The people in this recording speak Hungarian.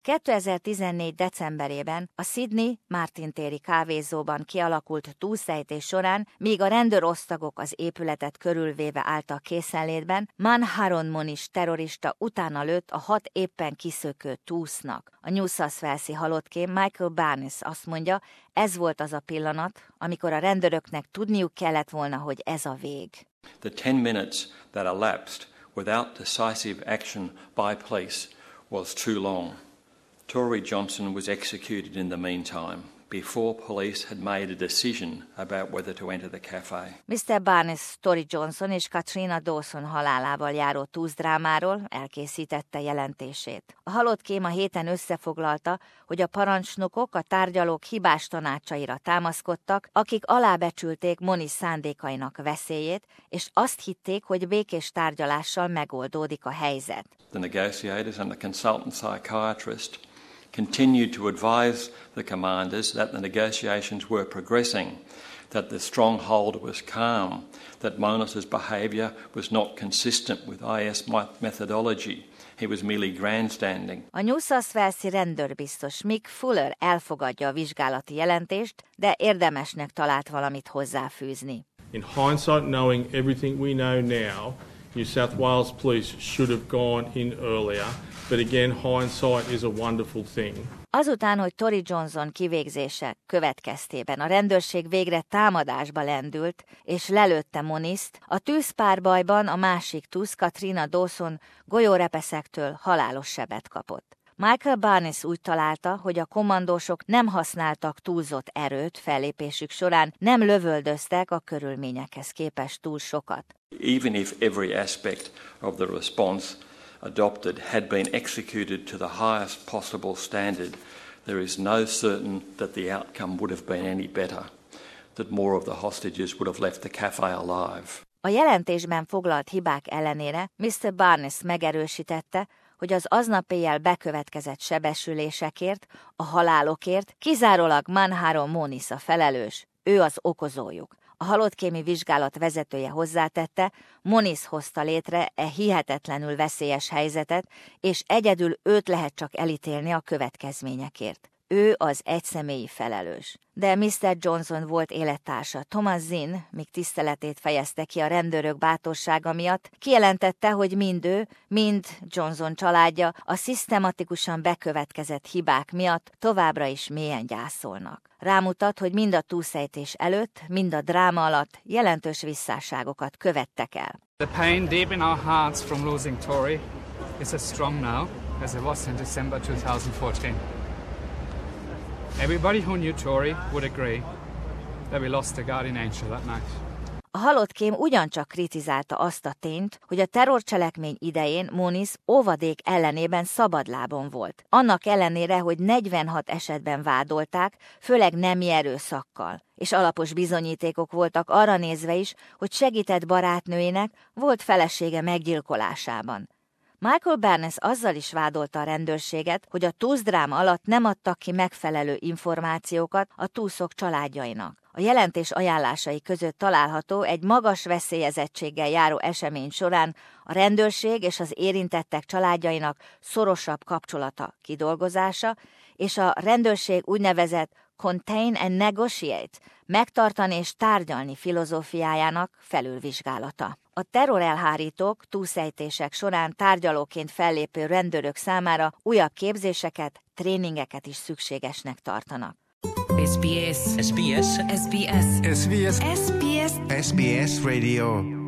2014. decemberében a Sydney Martin téri kávézóban kialakult túlszejtés során, míg a rendőrosztagok az épületet körülvéve álltak készenlétben, Manharon Moniz terrorista utána lőtt a 6 éppen kiszökő túsznak. A New South Wales-i halottkém Michael Barnes azt mondja, ez volt az a pillanat, amikor a rendőröknek tudniuk kellett volna, hogy ez a vég. The 10 minutes that elapsed without decisive action by police was too long. Tory Johnson was executed in the meantime, before police had made a decision about whether to enter the café. Mr. Barnes Tory Johnson és Katrina Dawson halálával járó túszdrámáról elkészítette jelentését. A halottkém a héten összefoglalta, hogy a parancsnokok a tárgyalók hibás tanácsaira támaszkodtak, akik alábecsülték Moniz szándékainak veszélyét, és azt hitték, hogy békés tárgyalással megoldódik a helyzet. The negotiators and the consultant psychiatrist continued to advise the commanders that the negotiations were progressing, that the stronghold was calm, that Moniz's behaviour was not consistent with IS methodology. He was merely grandstanding. A New South Wales-i rendőrbiztos Mick Fuller elfogadja a vizsgálati jelentést, de érdemesnek talált valamit hozzáfűzni. In hindsight, knowing everything we know now, New South Wales Police should have gone in earlier, but again, hindsight is a wonderful thing. Azután, hogy Tory Johnson kivégzése következtében a rendőrség végre támadásba lendült, és lelőtte Monizt, a tűzpárbajban a másik túsz, Katrina Dawson golyórepeszektől halálos sebet kapott. Michael Barnes úgy találta, hogy a kommandósok nem használtak túlzott erőt fellépésük során, nem lövöldöztek a körülményekhez képest túl sokat. Even if every aspect of the response adopted had been executed to the highest possible standard, there is no certain that the outcome would have been any better, that more of the hostages would have left the café alive. A jelentésben foglalt hibák ellenére Mr. Barnes megerősítette, hogy az aznap éjjel bekövetkezett sebesülésekért, a halálokért kizárólag Manharon Moniz a felelős, ő az okozójuk. A halottkémi vizsgálat vezetője hozzátette, Moniz hozta létre e hihetetlenül veszélyes helyzetet, és egyedül őt lehet csak elítélni a következményekért. Ő az egyszemélyi felelős. De Mr. Johnson volt élettársa, Thomas Zinn, míg tiszteletét fejezte ki a rendőrök bátorsága miatt, kijelentette, hogy mind ő, mind Johnson családja a szisztematikusan bekövetkezett hibák miatt továbbra is mélyen gyászolnak. Rámutat, hogy mind a túlszejtés előtt, mind a dráma alatt jelentős visszásságokat követtek el. The pain deep in our hearts from losing Tory is as strong now as it was in December 2014. Everybody who knew Tory would agree that we lost a guardian angel that night. A halottkém ugyancsak kritizálta azt a tényt, hogy a terrorcselekmény idején Moniz óvadék ellenében szabadlábon volt. Annak ellenére, hogy 46 esetben vádolták, főleg nemi erőszakkal, és alapos bizonyítékok voltak arra nézve is, hogy segített barátnőjének, volt felesége meggyilkolásában. Michael Barnes azzal is vádolta a rendőrséget, hogy a túszdráma alatt nem adtak ki megfelelő információkat a túszok családjainak. A jelentés ajánlásai között található egy magas veszélyezettséggel járó esemény során a rendőrség és az érintettek családjainak szorosabb kapcsolata kidolgozása, és a rendőrség úgynevezett contain and negotiate, megtartani és tárgyalni filozófiájának felülvizsgálata. A terrorelhárítók túlszejtések során tárgyalóként fellépő rendőrök számára újabb képzéseket, tréningeket is szükségesnek tartanak. SBS SBS SBS SBS SBS SBS Radio